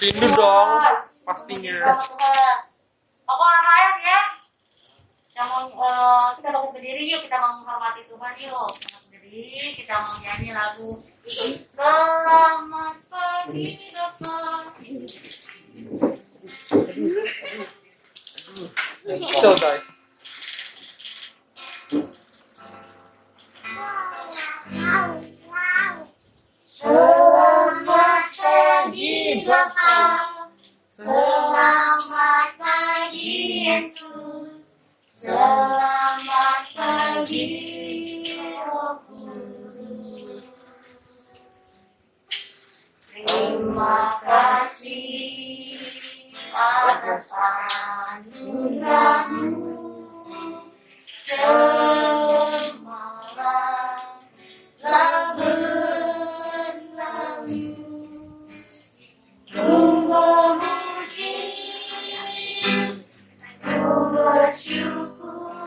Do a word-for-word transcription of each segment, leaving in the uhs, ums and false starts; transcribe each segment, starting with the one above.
Rindu dong, pastinya. Pokok orang ayat ya. Kita mau uh, kita bangun berdiri yuk, kita mau menghormati Tuhan yuk. Kita berdiri, kita mau nyanyi lagu Selamat pagi Bapak. So guys. Selamat pagi Bapak, selamat pagi Yesus, selamat pagi Roh Kudus. Terima kasih atas anugerah-Mu semalam telah berlalu. Ku memuji, ku bersyukur,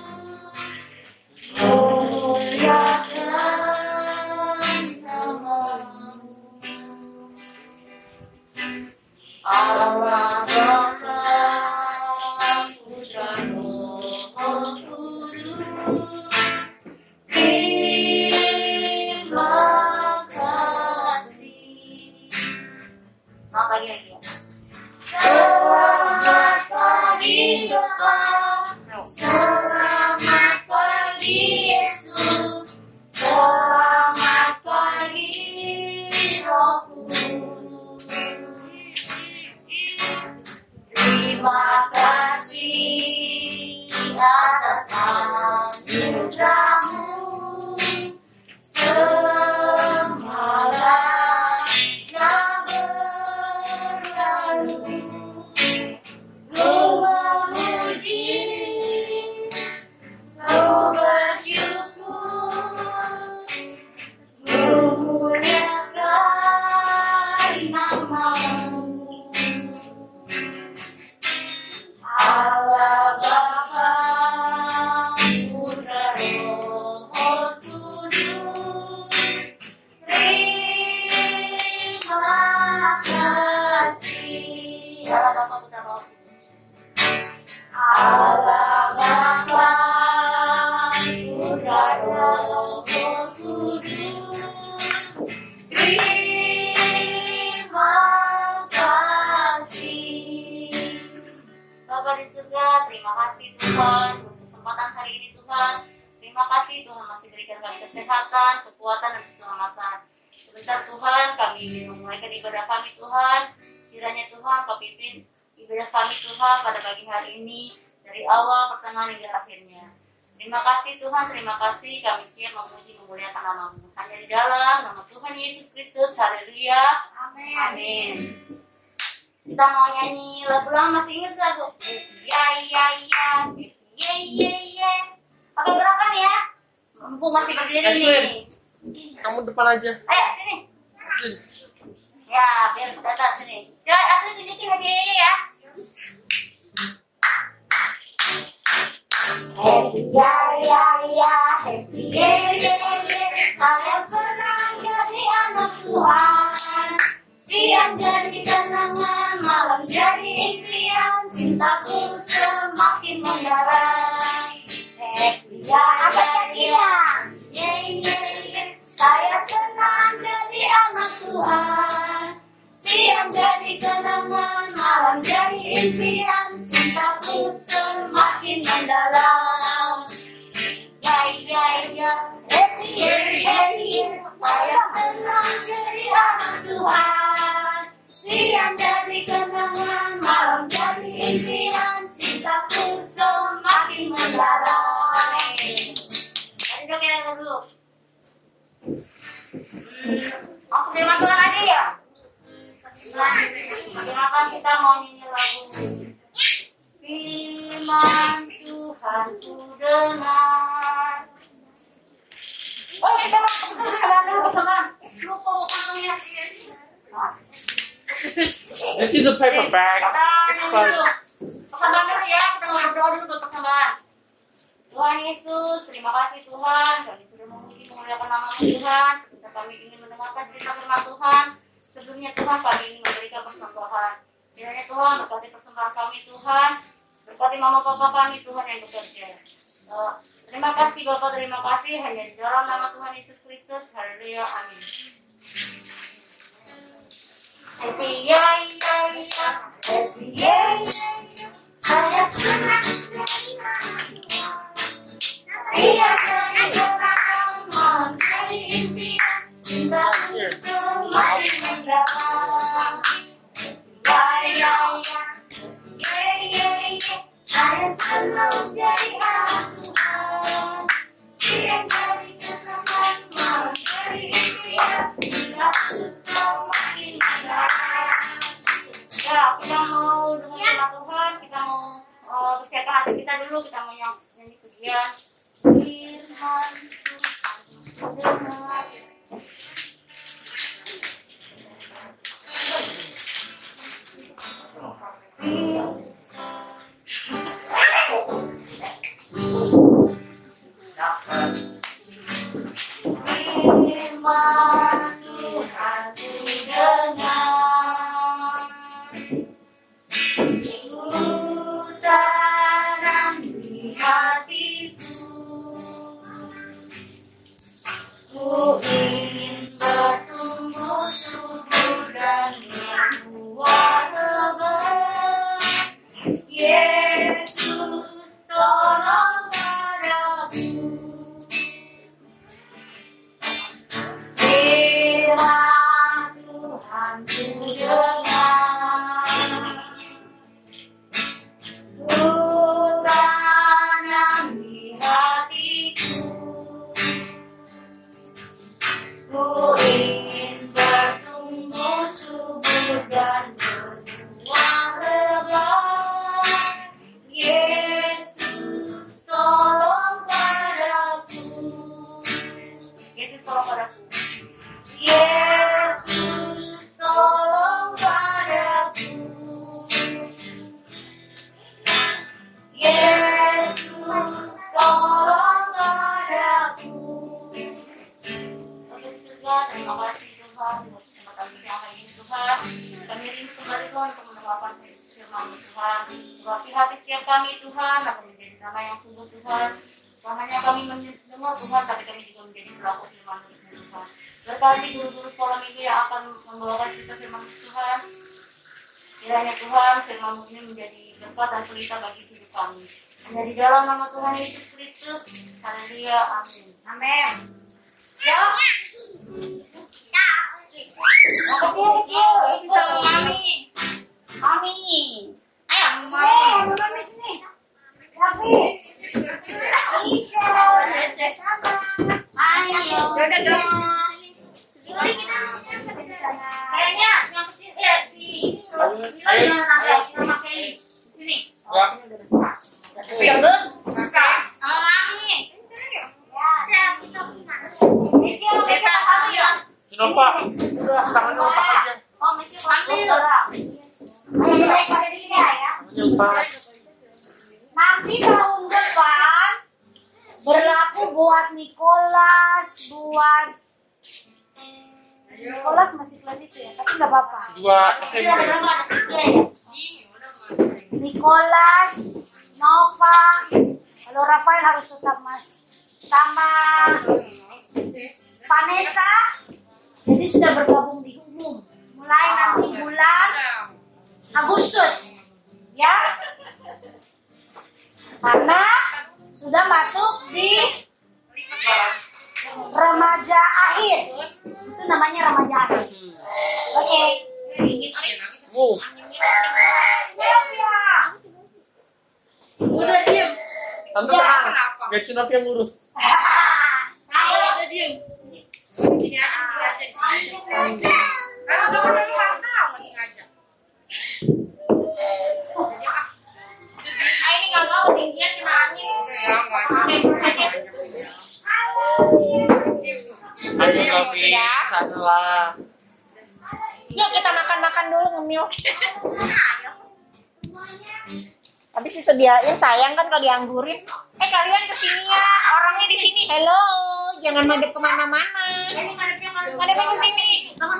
memuliakan nama-Mu. Allah Bapa, Putra, Roh Kudus, terima kasih. Selamat pagi lagi ya. Selamat pagi Bapak, selamat pagi Yesus, selamat pagi Roh Kudus. Terima kasih atas anugerah-Mu semalam telah berlalu. Ku memuji, ku bersyukur, memuliakan nama-Mu. Allah Bapa, Putra, Roh Kudus, terima kasih. Allah Bapa, Putra, Roh Kudus. Allah Bapa, Putra, Roh Kudus, terima kasih. Bapa di surga, terima kasih Tuhan untuk kesempatan hari ini Tuhan. Terima kasih Tuhan masih berikan kami kesehatan, kekuatan, dan keselamatan. Sebentar Tuhan, kami ingin memulaikan ibadah kami Tuhan. Kiranya Tuhan Kau pimpin ibadah kami Tuhan pada pagi hari ini dari awal, pertengahan, hingga akhirnya. Terima kasih Tuhan, terima kasih kami siap memuji memuliakan nama-Mu. Hanya di dalam nama Tuhan Yesus Kristus, haleluya, amin. Amin. Kita mau nyanyi lagu lama, masih ingat lagu? Ya ya ya, ya ya ya. Pakai gerakan ya. Mumpung masih berdiri nih. Kamu depan aja. Ayo sini. Ya, biar kelihatan sini. Ya, asli tunjukin hadiahnya ya. Happy ya ya ya, happy ya ya ya. Saya senang jadi anak Tuhan. Siang jadi kenangan, malam jadi impian, cintaku semakin mendalam. Happy ya ya ya, yeah, yeah, yeah. Saya senang jadi anak Tuhan. Siang jadi kenangan, malam jadi impian, cintaku semakin mendalam. Ya ya ya, happy ya ya ya. Saya senang jadi anak Tuhan. Siang jadi kenangan, malam jadi impian, cintaku semakin mendalam. Ayo dong kita dulu. Hmm, langsung terima Tuhan aja ya. Silakan kita mau nyanyi lagu. Firman Tuhan ku dengar. Oh, kita mau persembahan dulu, persembahan. Lupa bawa kantongnya. This is a paper bag. It's fun. Persembahan dulu ya, kita mau berdoa dulu buat persembahan. Tuhan Yesus, terima kasih Tuhan. Kami sudah memuji memuliakan nama-Mu Tuhan. Kita kami ingin mendengarkan cerita firman Tuhan. sebelumnya Tuhan pagi ini memberikan persembahan. Kiranya Tuhan berkati persembahan kami Tuhan, berkati mama papa kami Tuhan yang bekerja. Uh, terima kasih Bapak, terima kasih hanya di dalam nama Tuhan Yesus Kristus. Haleluya, amin. Happy ya ya ya, happy ya ya ya. Saya senang menerima Tuhan. Saya senang berangkat dari impian cinta semua mendalam. Ya ya ya, ya ya ya. Saya senang jadi anak Tuhan. Siang dari kesenangan, malam dari impian cinta semakin mendalam. Ya, kita mau dengar firman Tuhan, kita mau uh, persiapkan hati kita dulu, kita mau nyanyi pujian. Firman Tuhan, dengar. Firman Tuhan ku dengar, ku tanam di hatiku, ku ingin bertumbuh subur dan berbuah lebat. Yesus tolong padaku. Firman Tuhan ku dengar, ku tanam di hatiku, ku ingin bertumbuh subur dan berbuah lebat. Yesus tolong padaku. Yesus tolong padaku. Yesus tolong padaku. Yesus tolong padaku. Bapak surga, terima kasih Tuhan untuk kesempatan siang hari ini Tuhan. Kami rindu kembali Tuhan untuk mendengarkan firman Tuhan. Berarti hati setiap kami Tuhan akan menjadi tanah yang subur Tuhan. Bukan hanya kami mendengar Tuhan, tapi kami juga menjadi pelaku firman Tuhan. Berkati guru-guru sekolah minggu yang akan membawakan kita firman Tuhan. Kiranya Tuhan firman ini menjadi berkat dan pelita bagi hidup kami. Hanya di dalam nama Tuhan Yesus Kristus. Haleluya, amin. Amin. Ya. Yang kecil-kecil ikut sama mami. Mami. Ayo, mami. Mami sini. Tapi. Hijau. Sama. Ayo. Udah, udah. Kayaknya yang kecil ya si Mila nama Kelly sini. Oh, sini udah besar. Yang belum besar. Alami. Ya, kita gimana? Kita tahu ya. Kenapa? Udah, tangan lepas aja. Oh, mesti ambil. Ayo kita kasih di sini ya. Lepas. Nanti tahun depan berlaku buat Nicholas, buat Nicholas masih kelas itu ya, tapi nggak apa-apa. Dua S M P. Nicholas, Nova, kalau Rafael harus tetap mas, sama Vanessa, jadi sudah bergabung di umum. Mulai nanti bulan Agustus, ya, karena sudah masuk di remaja akhir. Itu namanya remaja akhir. Oke. Wow. Siap ya. Udah diem. Tante Ya. tenang. Biar Cina yang ngurus. Ayo udah diem. Sini aja, sini aja. Kan udah pernah dihafal masih ngajak. Jadi ah. Ah ini nggak mau tinggian kena angin. Ya nggak. Ayo kopi, sana. Yuk kita makan-makan dulu ngemil. Habis disediain, sayang kan kalau dianggurin. Eh kalian kesini ya, orangnya di sini. Hello, jangan madep kemana-mana. Madepnya ke sini. Nah,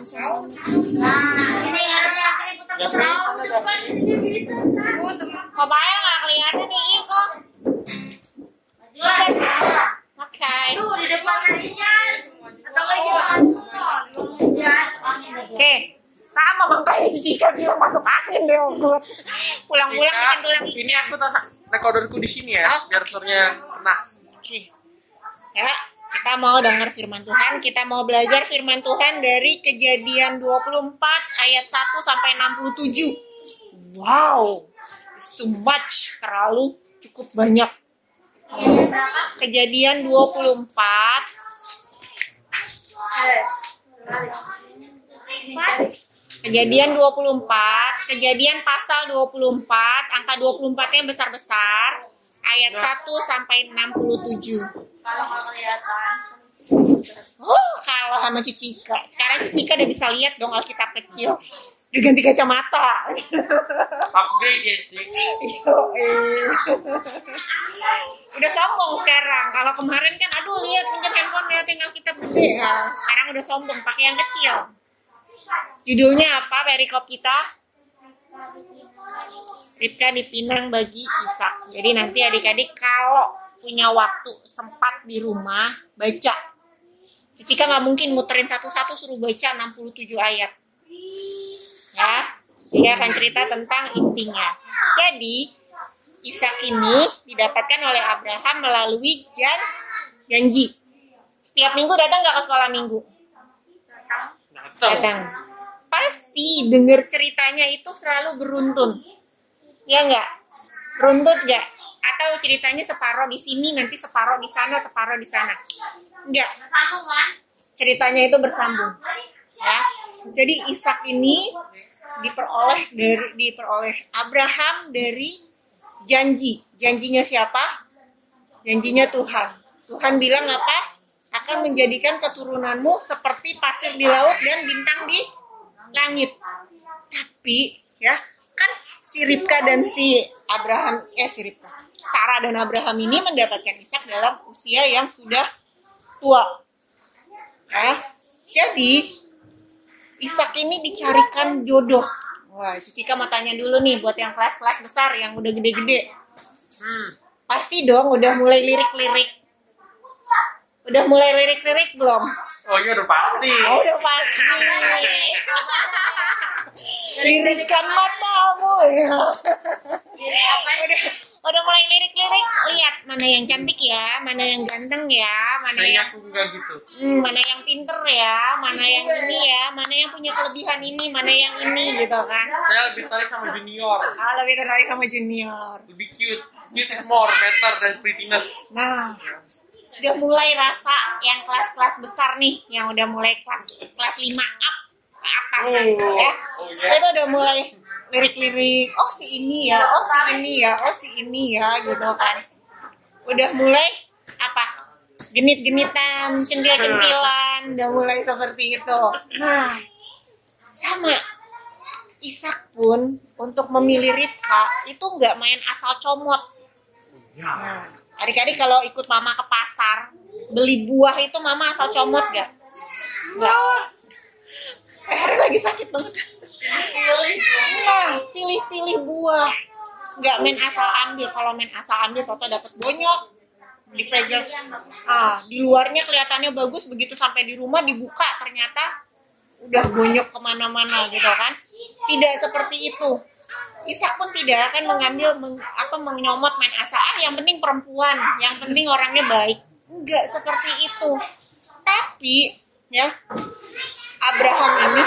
ini ya, akhirnya putar-putar. Oh, depan sini bisa. Kok bayang nggak kelihatan nih, Ih, kok. Majuan. Oke. Tuh di depan aja. Atau lagi makan. Ya, Oke. Sama bang kayak Cicika bilang masuk angin deh, gue pulang-pulang bikin tulang. Ini aku tak recorderku di sini ya, Oh. biar suaranya kena. Oke. Ya, kita mau dengar firman Tuhan, kita mau belajar firman Tuhan dari Kejadian dua puluh empat ayat satu sampai enam puluh tujuh. Wow, it's too much, terlalu cukup banyak. Kejadian dua puluh empat Kejadian dua puluh empat, Kejadian pasal dua puluh empat, angka dua puluh empat-nya besar-besar, ayat satu sampai enam puluh tujuh. kalau nggak kelihatan. Oh, kalau sama Cicika. Sekarang Cicika udah bisa lihat dong Alkitab kecil. Udah ganti kacamata. Upgrade ya, Cik. Yo, eh. Udah sombong sekarang. Kalau kemarin kan, aduh lihat pinjam handphone ya, tinggal kita gede. Nah, sekarang udah sombong, pakai yang kecil. Judulnya apa perikop kita? Ribka dipinang bagi Ishak. Jadi nanti adik-adik kalau punya waktu sempat di rumah baca. Cicika nggak mungkin muterin satu-satu, suruh baca enam puluh tujuh ayat. Ya, dia akan cerita tentang intinya. Jadi Ishak ini didapatkan oleh Abraham melalui jan janji. Setiap minggu datang nggak ke sekolah minggu? Datang. Pasti dengar ceritanya itu selalu beruntun. Ya nggak? Beruntun nggak? Atau ceritanya separoh di sini, nanti separoh di sana, separoh di sana. Enggak. Bersambung kan? Ceritanya itu bersambung. Ya. Jadi Ishak ini diperoleh dari diperoleh Abraham dari janji. Janjinya siapa? Janjinya Tuhan. Tuhan bilang apa? Akan menjadikan keturunanmu seperti pasir di laut dan bintang di langit. Tapi ya kan si Ribka dan si Abraham, eh si Ribka, Sarah dan Abraham ini mendapatkan Ishak dalam usia yang sudah tua. Ya, jadi Ishak ini dicarikan jodoh. Wah, Cicika mau tanya dulu nih buat yang kelas-kelas besar yang udah gede-gede. Hmm. Pasti dong udah mulai lirik-lirik. Udah mulai lirik-lirik belum? Oh iya udah pasti. Oh, udah pasti. Lirikan matamu ya. Udah, udah mulai lirik-lirik. Lihat mana yang cantik ya, mana yang ganteng ya, mana Saya yang aku juga gitu. hmm, mana yang pinter ya, mana yang ini ya, mana yang punya kelebihan ini, mana yang ini gitu kan. Saya lebih tertarik sama junior. Ah, lebih tertarik sama junior. Lebih cute. Cute is more better than prettiness. Nah, udah mulai rasa yang kelas-kelas besar nih, yang udah mulai kelas kelas lima up ke atas Oh, ya. oh yeah. Itu udah mulai lirik-lirik, oh si ini ya, oh si ini ya, oh si ini ya gitu kan. Udah mulai apa? Genit-genitan, centil-centilan, udah mulai seperti itu. Nah, sama Ishak pun untuk memilih Ribka itu nggak main asal comot. Nah, adik-adik kalau ikut mama ke pasar beli buah itu mama asal comot gak? Nggak. Eh, hari lagi sakit banget. Nah, pilih-pilih buah. Nggak main asal ambil. Kalau main asal ambil, toto dapat bonyok, dipegang. Ah, di luarnya kelihatannya bagus, begitu sampai di rumah dibuka ternyata udah bonyok kemana-mana gitu kan? Tidak seperti itu. Ishak pun tidak akan mengambil meng, apa menyomot main asal. Ah, yang penting perempuan, yang penting orangnya baik. Enggak seperti itu. Tapi ya Abraham ini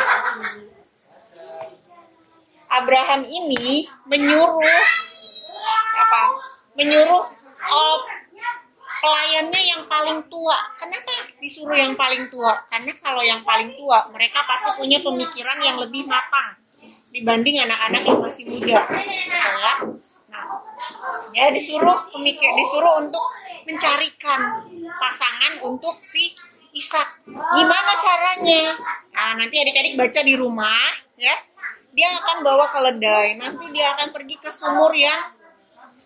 Abraham ini menyuruh apa? Menyuruh oh, pelayannya yang paling tua. Kenapa disuruh yang paling tua? Karena kalau yang paling tua, mereka pasti punya pemikiran yang lebih matang dibanding anak-anak yang masih muda, gitu ya. Nah, ya disuruh pemikir, disuruh untuk mencarikan pasangan untuk si Ishak. Gimana caranya? Nah, nanti adik-adik baca di rumah, ya. Dia akan bawa keledai. Nanti dia akan pergi ke sumur yang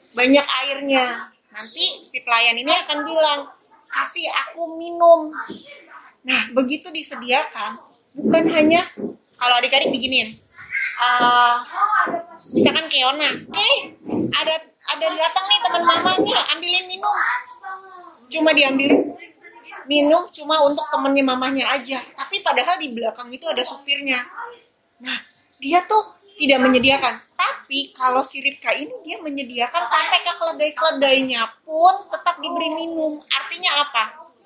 banyak airnya. Nanti si pelayan ini akan bilang, kasih aku minum. Nah, begitu disediakan, bukan hanya kalau adik-adik beginiin. Uh, misalkan Keona, oke, okay, ada ada datang nih teman mama nih, ambilin minum. Cuma diambilin minum cuma untuk temennya mamanya aja. Tapi padahal di belakang itu ada supirnya. Nah, dia tuh tidak menyediakan. Tapi kalau si Ribka ini dia menyediakan sampai ke keledai-keledainya pun tetap diberi minum. Artinya apa?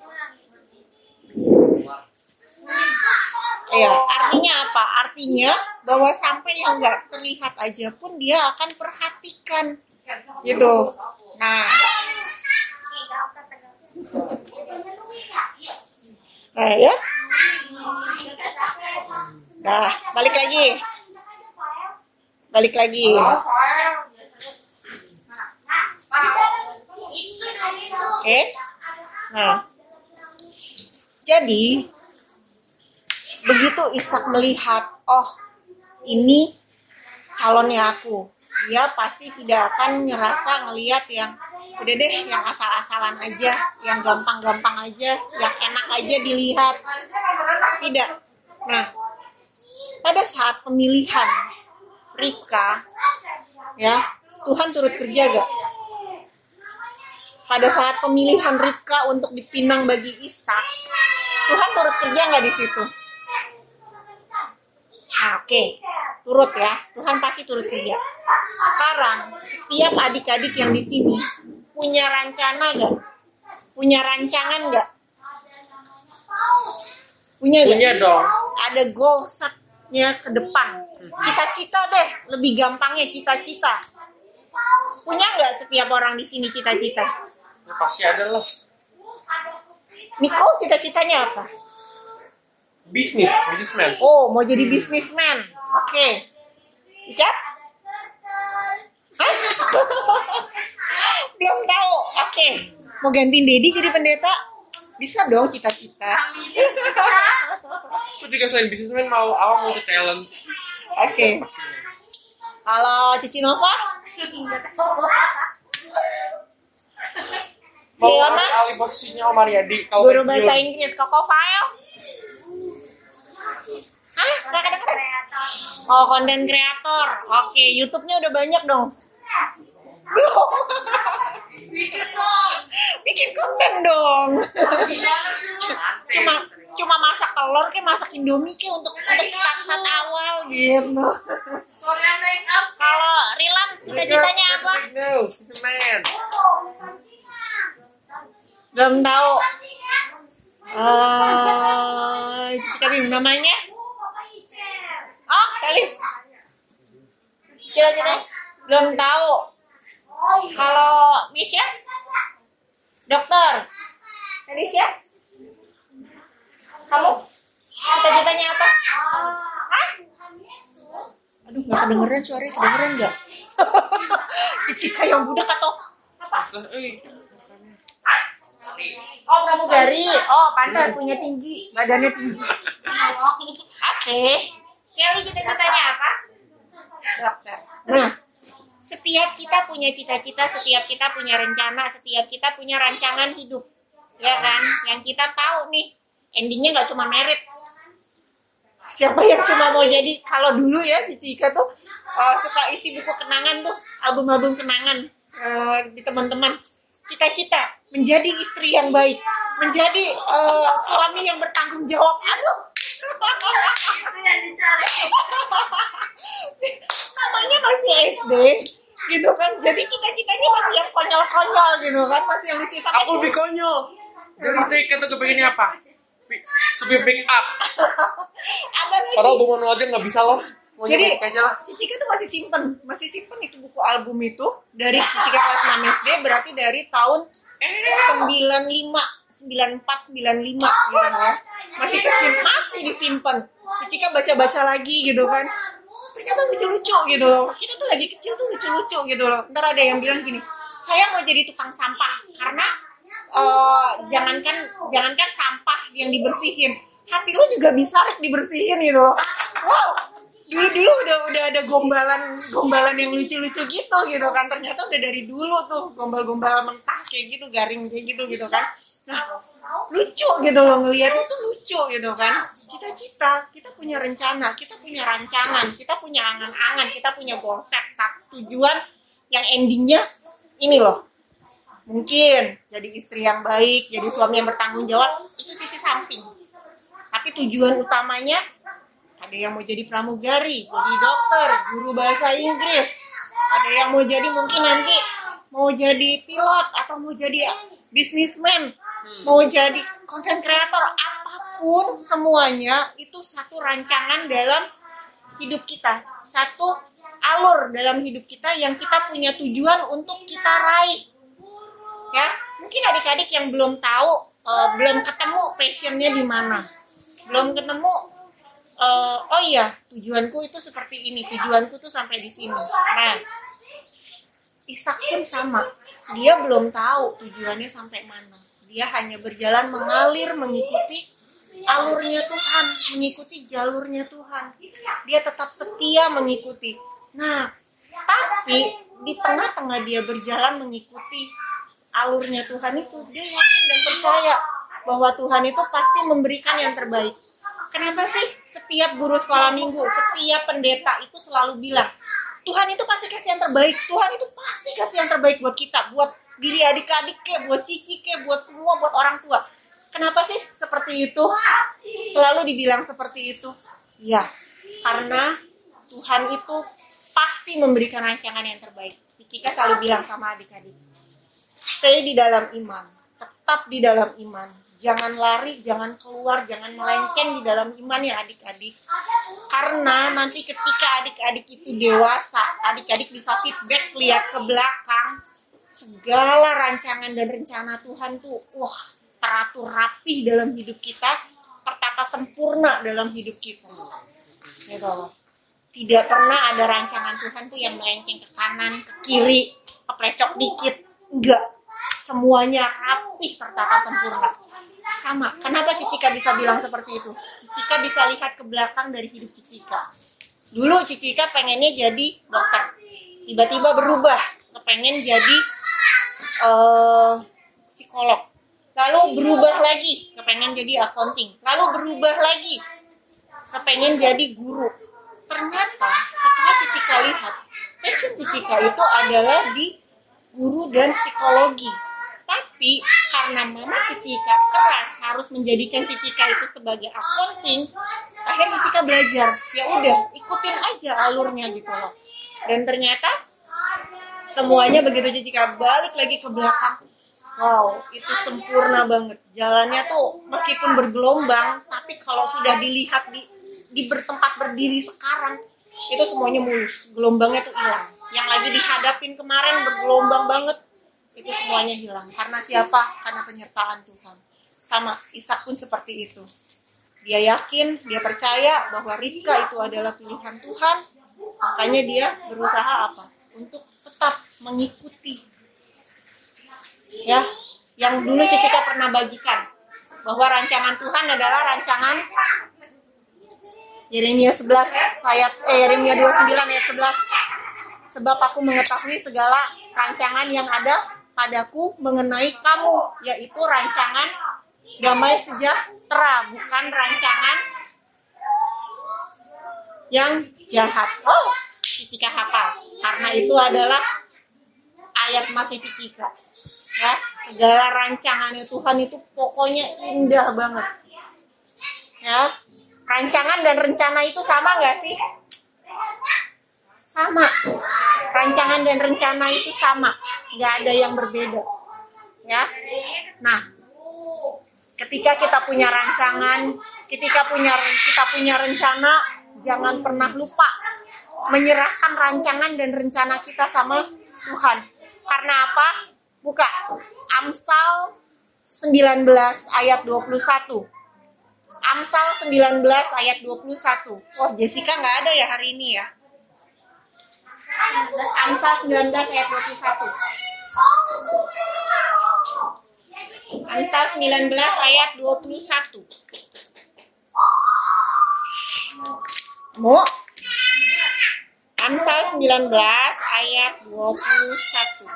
Ya, artinya apa? Artinya bahwa sampai yang nggak terlihat aja pun dia akan perhatikan, gitu. Nah, nah ya, nah balik lagi, balik lagi. Oke, nah, jadi begitu Ishak melihat, oh ini calonnya aku, dia pasti tidak akan ngerasa ngelihat yang udah deh, yang asal-asalan aja, yang gampang-gampang aja, yang enak aja dilihat. Tidak. Nah, pada saat pemilihan Ribka, ya, Tuhan turut kerja gak? Pada saat pemilihan Ribka untuk dipinang bagi Ishak, Tuhan turut kerja nggak di situ? Nah, oke, okay. Turut ya, Tuhan pasti turut kerja. Sekarang, setiap adik-adik yang di sini punya rencana nggak? Punya rancangan nggak? Punya nggak? Punya dong. Ada goalsnya ke depan. Cita-cita deh, lebih gampangnya cita-cita. Punya nggak setiap orang di sini cita-cita? Ya, pasti ada lah. Niko cita-citanya apa? Bisnis, bisnisman. Oh, mau jadi bisnisman. Oke. Okay. Icat? Hah? Belum tahu. Oke. Okay. Mau gantiin Dedi jadi pendeta? Bisa dong cita-cita. Aku juga selain bisnisman mau awal mau ke talent. Oke. Okay. Kalau Cici Nova? Mau Leona? alih posisinya Om Mariadi. Guru bahasa Inggris. Koko File? Hah? Nggak kedengeran? Oh, konten kreator. Oke, okay. YouTube-nya udah banyak dong. Belum. Bikin dong. Bikin konten dong. Cuma cuma masak telur kayak masak Indomie kayak untuk untuk saat-saat awal gitu. Kalau Rilam cita-citanya apa? Belum tahu. Uh, cita namanya? Oh, Kalis. Cita-citanya belum tahu. Kalau Misha? Dokter. Alicia? Kamu? Cita-citanya apa? Hah? Aduh, nggak kedengeran suaranya, kedengeran nggak? Cicika yang budak atau apa? Oh, pramugari. Oh, pantas punya tinggi, badannya tinggi. Oke. Okay. Kelly cita-citanya apa? Dokter. Nah, setiap kita punya cita-cita, setiap kita punya rencana, setiap kita punya rancangan hidup, ya kan? Yang kita tahu nih, endingnya nggak cuma merit. Siapa yang cuma mau jadi, kalau dulu ya di Cika tuh uh, suka isi buku kenangan tuh, album-album kenangan uh, di teman-teman. Cita-cita menjadi istri yang baik, menjadi uh, suami yang bertanggung jawab. Aduh. Itu yang dicari. Namanya masih S D, gitu kan. Jadi cita-citanya masih yang konyol-konyol gitu kan, masih yang lucu. Aku lebih konyol. Dari T K tuh kepengennya apa? Supir pick up. Ada lagi. Padahal Bu Mono aja nggak bisa loh. Mau jadi aja lah. Cicika tuh masih simpen, masih simpen itu buku album itu dari Cicika kelas enam S D, berarti dari tahun sembilan lima, sembilan empat, sembilan lima gitu kan. Masih kesimpan, masih disimpan. Cicika baca-baca lagi gitu kan. Ternyata lucu-lucu gitu. Kita tuh lagi kecil tuh lucu-lucu gitu loh. Ntar ada yang bilang gini, saya mau jadi tukang sampah karena uh, jangankan jangankan sampah yang dibersihin, hati lo juga bisa rek dibersihin gitu. Wow. dulu dulu udah udah ada gombalan gombalan yang lucu-lucu gitu gitu kan, ternyata udah dari dulu tuh gombal-gombal mentah kayak gitu, garing kayak gitu gitu kan. Nah lucu gitu loh, ngeliatnya tuh lucu gitu kan. Cita-cita, kita punya rencana, kita punya rancangan, kita punya angan-angan, kita punya konsep, satu tujuan yang endingnya ini loh, mungkin jadi istri yang baik, jadi suami yang bertanggung jawab, itu sisi samping. Tapi tujuan utamanya, ada yang mau jadi pramugari, jadi dokter, guru bahasa Inggris, ada yang mau jadi mungkin nanti mau jadi pilot atau mau jadi bisnismen, mau jadi content creator, apapun semuanya itu satu rancangan dalam hidup kita, satu alur dalam hidup kita yang kita punya tujuan untuk kita raih. Ya, mungkin adik-adik yang belum tahu, uh, belum ketemu passionnya di mana, belum ketemu, uh, oh iya tujuanku itu seperti ini, tujuanku tuh sampai di sini. Nah, Ishak pun sama, dia belum tahu tujuannya sampai mana. Dia hanya berjalan mengalir mengikuti alurnya Tuhan, mengikuti jalurnya Tuhan. Dia tetap setia mengikuti. Nah, tapi di tengah-tengah dia berjalan mengikuti alurnya Tuhan itu, dia yakin dan percaya bahwa Tuhan itu pasti memberikan yang terbaik. Kenapa sih setiap guru sekolah minggu, setiap pendeta itu selalu bilang, Tuhan itu pasti kasih yang terbaik, Tuhan itu pasti kasih yang terbaik buat kita, buat diri adik-adik kek, buat cici kek, buat semua, buat orang tua. Kenapa sih seperti itu? Selalu dibilang seperti itu. Ya, karena Tuhan itu pasti memberikan rancangan yang terbaik. Cika selalu bilang sama adik-adik, stay di dalam iman, tetap di dalam iman. Jangan lari, jangan keluar, jangan melenceng di dalam iman ya adik-adik. Karena nanti ketika adik-adik itu dewasa, adik-adik bisa feedback, lihat ke belakang, segala rancangan dan rencana Tuhan tuh, wah, teratur rapih dalam hidup kita, tertata sempurna dalam hidup kita. Gitu loh. Tidak pernah ada rancangan Tuhan tuh yang melenceng ke kanan, ke kiri, keplecok dikit. Enggak. Semuanya rapih, tertata sempurna. Sama. Kenapa Cicika bisa bilang seperti itu? Cicika bisa lihat ke belakang dari hidup Cicika. Dulu Cicika pengennya jadi dokter. Tiba-tiba berubah. Kepengen jadi uh, psikolog. Lalu berubah lagi. Kepengen jadi accounting. Lalu berubah lagi. Kepengen jadi guru. Ternyata setelah Cicika lihat, passion Cicika itu adalah di guru dan psikologi. Tapi karena mama Cicika keras harus menjadikan Cicika itu sebagai accounting, akhirnya Cicika belajar. Ya udah, ikutin aja alurnya gitu loh. Dan ternyata semuanya begitu Cicika balik lagi ke belakang, wow, itu sempurna banget. Jalannya tuh meskipun bergelombang, tapi kalau sudah dilihat di di bertempat berdiri sekarang, itu semuanya mulus. Gelombangnya tuh hilang. Yang lagi dihadapin kemarin bergelombang banget, itu semuanya hilang. Karena siapa? Karena penyertaan Tuhan. Sama, Ishak pun seperti itu. Dia yakin, dia percaya bahwa Ribka itu adalah pilihan Tuhan. Makanya dia berusaha apa? Untuk tetap mengikuti. Ya, yang dulu Cicika pernah bagikan, bahwa rancangan Tuhan adalah rancangan Yeremia sebelas ayat eh Yeremia dua puluh sembilan ayat sebelas. Sebab aku mengetahui segala rancangan yang ada padaku mengenai kamu, yaitu rancangan damai sejahtera, bukan rancangan yang jahat. Oh, Cicika hafal. Karena itu adalah ayat masih Cicika. Ya, segala rancangannya Tuhan itu pokoknya indah banget. Ya, rancangan dan rencana itu sama nggak sih? Sama. Rancangan dan rencana itu sama, nggak ada yang berbeda. Ya, nah, ketika kita punya rancangan, ketika punya kita punya rencana, jangan pernah lupa menyerahkan rancangan dan rencana kita sama Tuhan. Karena apa? Buka Amsal sembilan belas ayat dua puluh satu. Amsal sembilan belas ayat dua puluh satu. Oh, Jessica nggak ada ya hari ini ya? Amsal sembilan belas ayat dua puluh satu. Amsal sembilan belas ayat dua puluh satu. Mau? sembilan belas ayat dua puluh satu.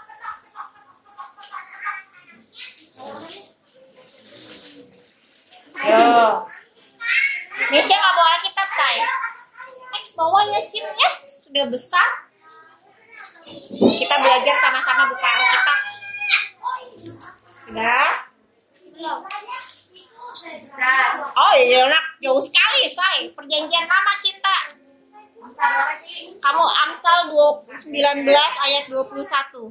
Yo. Nesya nggak bawa Alkitab, say. Next bawa ya, Cim ya. Sudah besar. Kita belajar sama-sama buka Alkitab. Sudah? Oh iya, nak jauh sekali, say. Perjanjian lama cinta. Kamu Amsal sembilan belas ayat dua puluh satu.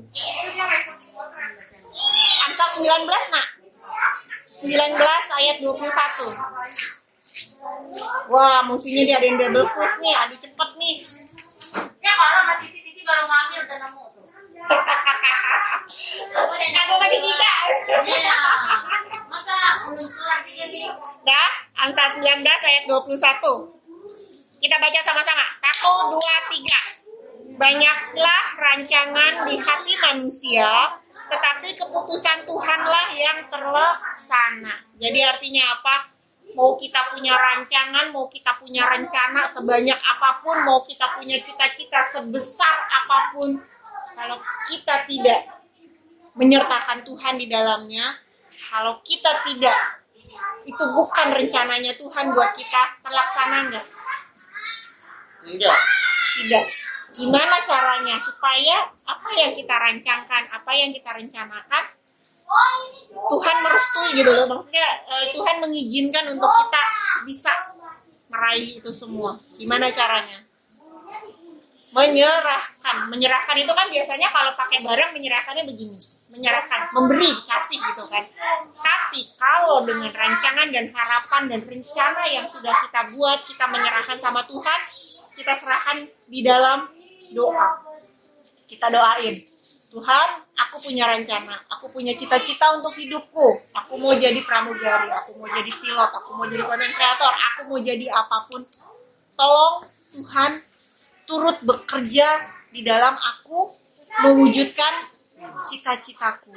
Amsal sembilan belas, nak. sembilan belas ayat dua puluh satu. Wah, musuhnya diadain double quiz nih. Aduh, cepet nih. Ya kalau sama Titi-Titi baru ngambil udah nemu. Aku masih juga. Iya. Masa belum kelar juga nih. Dah, Amsal sembilan belas ayat dua puluh satu. Kita baca sama-sama. Satu, dua, tiga. Banyaklah rancangan di hati manusia, tetapi keputusan Tuhanlah yang terlaksana. Jadi artinya apa? Mau kita punya rancangan, mau kita punya rencana sebanyak apapun, mau kita punya cita-cita sebesar apapun, kalau kita tidak menyertakan Tuhan di dalamnya, kalau kita tidak, itu bukan rencananya Tuhan buat kita, terlaksana enggak? Enggak. Tidak. Gimana caranya supaya apa yang kita rancangkan, apa yang kita rencanakan, Tuhan merestui gitu loh. Maksudnya eh, Tuhan mengizinkan untuk kita bisa meraih itu semua. Gimana caranya? Menyerahkan. Menyerahkan itu kan biasanya kalau pakai barang menyerahkannya begini. Menyerahkan, memberi, kasih gitu kan. Tapi kalau dengan rancangan dan harapan dan rencana yang sudah kita buat, kita menyerahkan sama Tuhan, kita serahkan di dalam doa. Kita doain, Tuhan, aku punya rencana, aku punya cita-cita untuk hidupku. Aku mau jadi pramugari, aku mau jadi pilot, aku mau jadi content creator, aku mau jadi apapun. Tolong Tuhan turut bekerja di dalam aku mewujudkan cita-citaku.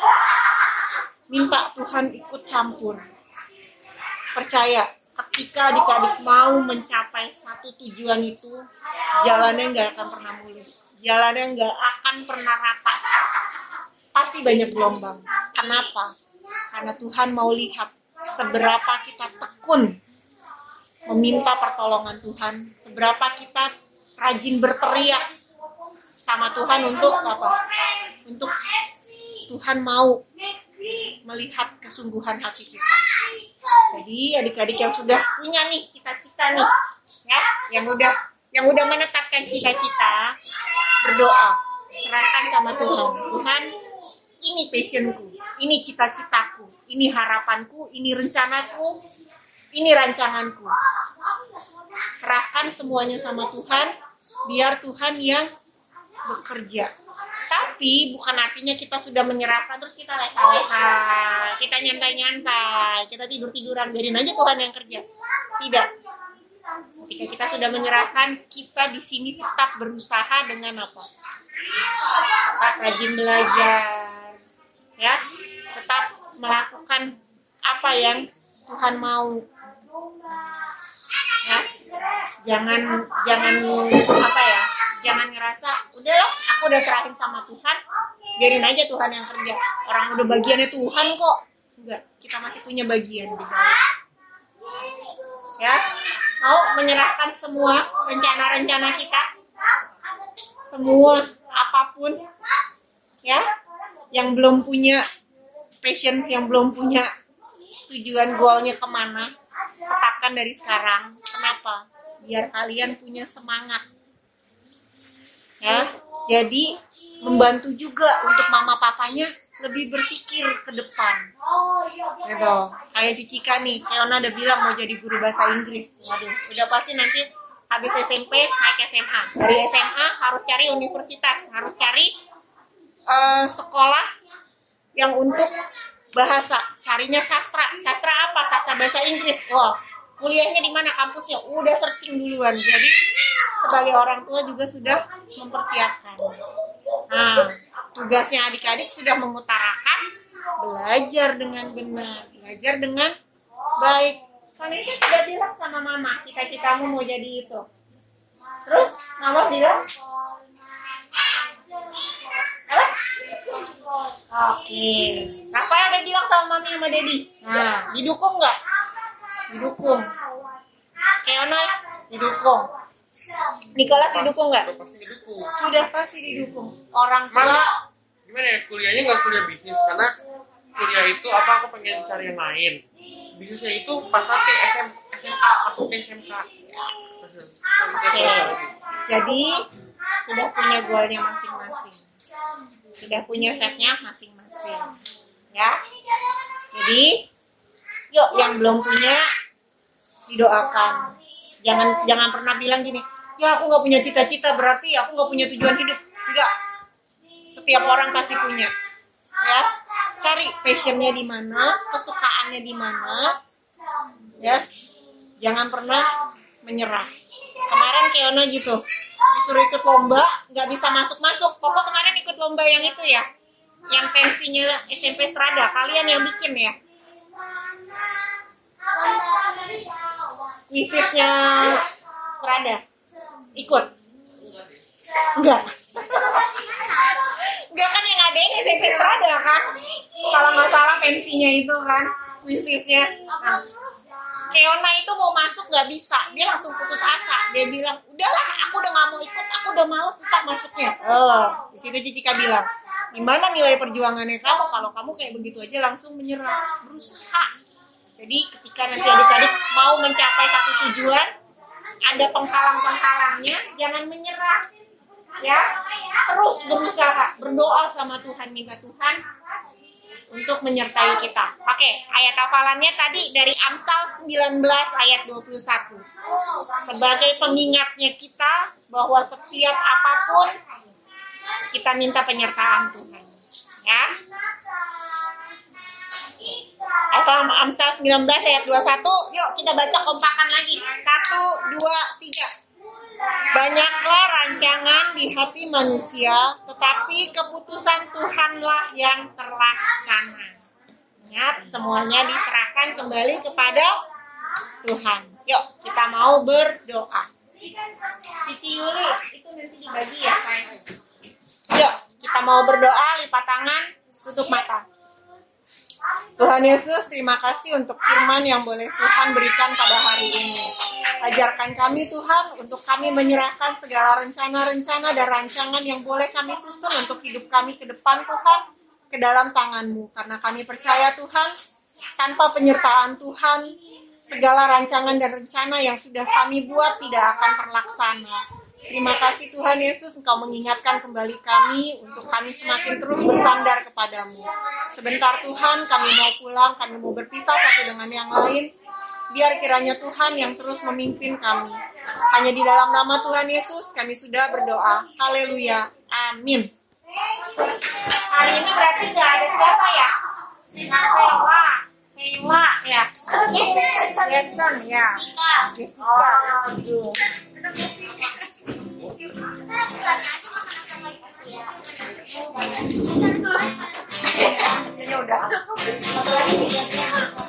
Minta Tuhan ikut campur. Percaya, ketika adik-adik mau mencapai satu tujuan itu, jalannya nggak akan pernah mulus. Jalannya nggak akan pernah rata. Pasti banyak gelombang. Kenapa? Karena Tuhan mau lihat seberapa kita tekun meminta pertolongan Tuhan. Seberapa kita rajin berteriak sama Tuhan untuk apa? Untuk Tuhan mau melihat kesungguhan hati kita. Jadi adik-adik yang sudah punya nih cita-cita nih, ya, yang udah yang udah menetapkan cita-cita, berdoa, serahkan sama Tuhan. Tuhan, ini passionku, ini cita-citaku, ini harapanku, ini rencanaku, ini rancanganku. Serahkan semuanya sama Tuhan, biar Tuhan yang bekerja. Tapi bukan artinya kita sudah menyerahkan terus kita leha-leha, kita nyantai-nyantai, kita tidur-tiduran, biarin aja Tuhan yang kerja. Tidak. Ketika kita sudah menyerahkan, kita di sini tetap berusaha dengan apa? Tetap rajin belajar, ya, tetap melakukan apa yang Tuhan mau. Ya, jangan jangan apa ya? Jangan ngerasa udahlah, aku udah serahin sama Tuhan, biarin aja Tuhan yang kerja. Orang udah bagiannya Tuhan kok. Enggak, kita masih punya bagian di bawah. Ya, mau menyerahkan semua rencana-rencana kita, semua apapun, ya, yang belum punya passion, yang belum punya tujuan goalnya kemana, tetapkan dari sekarang. Kenapa? Biar kalian punya semangat. Ya, jadi membantu juga untuk mama papanya lebih berpikir ke depan. Gitu. Kayak Cicika nih, Leona udah bilang mau jadi guru bahasa Inggris. Waduh, udah pasti nanti habis S M P naik S M A. Dari S M A harus cari universitas, harus cari uh, sekolah yang untuk bahasa. Carinya sastra. Sastra apa? Sastra bahasa Inggris. Wah, kuliahnya di mana, kampusnya? Udah searching duluan. Jadi sebagai orang tua juga sudah mempersiapkan. Nah, tugasnya adik-adik sudah mengutarakan belajar dengan benar, belajar dengan baik. Vanessa sudah bilang sama mama, cita-citamu mau jadi itu. Terus mama bilang apa? Oke. Rafael udah bilang sama mami sama Dedi. Nah, didukung nggak? Didukung. Keona didukung. Nikolas didukung nggak? Udah pasti didukung. Sudah pasti didukung. Orang tua. Malah gimana ya, kuliahnya nggak kuliah bisnis karena kuliah itu apa aku pengen cari yang lain. Bisnisnya itu pas ke S M S M A atau ke S M K. Oke. Jadi sudah punya goalnya masing-masing. Sudah punya setnya masing-masing. Ya. Jadi yuk yang belum punya didoakan. Jangan jangan pernah bilang gini, ya aku nggak punya cita-cita berarti aku nggak punya tujuan hidup. Enggak. Setiap orang pasti punya, ya. Cari passionnya di mana, kesukaannya di mana, ya. Jangan pernah menyerah. Kemarin Keona gitu, disuruh ikut lomba, nggak bisa masuk-masuk. Koko kemarin ikut lomba yang itu ya, yang pensinya S M P Strada. Kalian yang bikin ya. Wisisnya Strada, ikut? Enggak. Enggak kan yang ngadain S M P Strada kan? Kalau nggak salah pensinya itu kan, wisisnya. Nah, Keona itu mau masuk nggak bisa, dia langsung putus asa. Dia bilang, udahlah, aku udah nggak mau ikut, aku udah males susah masuknya. Oh, di situ Cicika bilang, gimana nilai perjuangannya kamu kalau kamu kayak begitu aja langsung menyerah, berusaha. Jadi ketika nanti adik-adik mau mencapai satu tujuan, ada penghalang-penghalangnya, jangan menyerah. Ya, terus berusaha, berdoa sama Tuhan, minta Tuhan untuk menyertai kita. Oke, ayat hafalannya tadi dari Amsal sembilan belas ayat dua puluh satu. Sebagai pengingatnya kita bahwa setiap apapun kita minta penyertaan Tuhan. Ya. Amsal sembilan belas ayat dua puluh satu. Yuk kita baca kompakan lagi. Satu, dua, tiga. Banyaklah rancangan di hati manusia, tetapi keputusan Tuhanlah yang terlaksana. Ingat, semuanya diserahkan kembali kepada Tuhan. Yuk, kita mau berdoa. Cici Yuli, itu nanti dibagi ya, sayang. Yuk, kita mau berdoa, lipat tangan, tutup mata. Tuhan Yesus, terima kasih untuk firman yang boleh Tuhan berikan pada hari ini. Ajarkan kami Tuhan untuk kami menyerahkan segala rencana-rencana dan rancangan yang boleh kami susun untuk hidup kami ke depan Tuhan, ke dalam tangan-Mu. Karena kami percaya Tuhan, tanpa penyertaan Tuhan, segala rancangan dan rencana yang sudah kami buat tidak akan terlaksana. Terima kasih Tuhan Yesus, Engkau mengingatkan kembali kami untuk kami semakin terus bersandar kepadamu. Sebentar Tuhan, kami mau pulang, kami mau berpisah satu dengan yang lain. Biar kiranya Tuhan yang terus memimpin kami. Hanya di dalam nama Tuhan Yesus kami sudah berdoa. Haleluya. Amin. Hari ini berarti gak ada siapa ya? Nela. Nela ya. Jason. Jason ya. Jessica. Oh, aduh. Ya udah.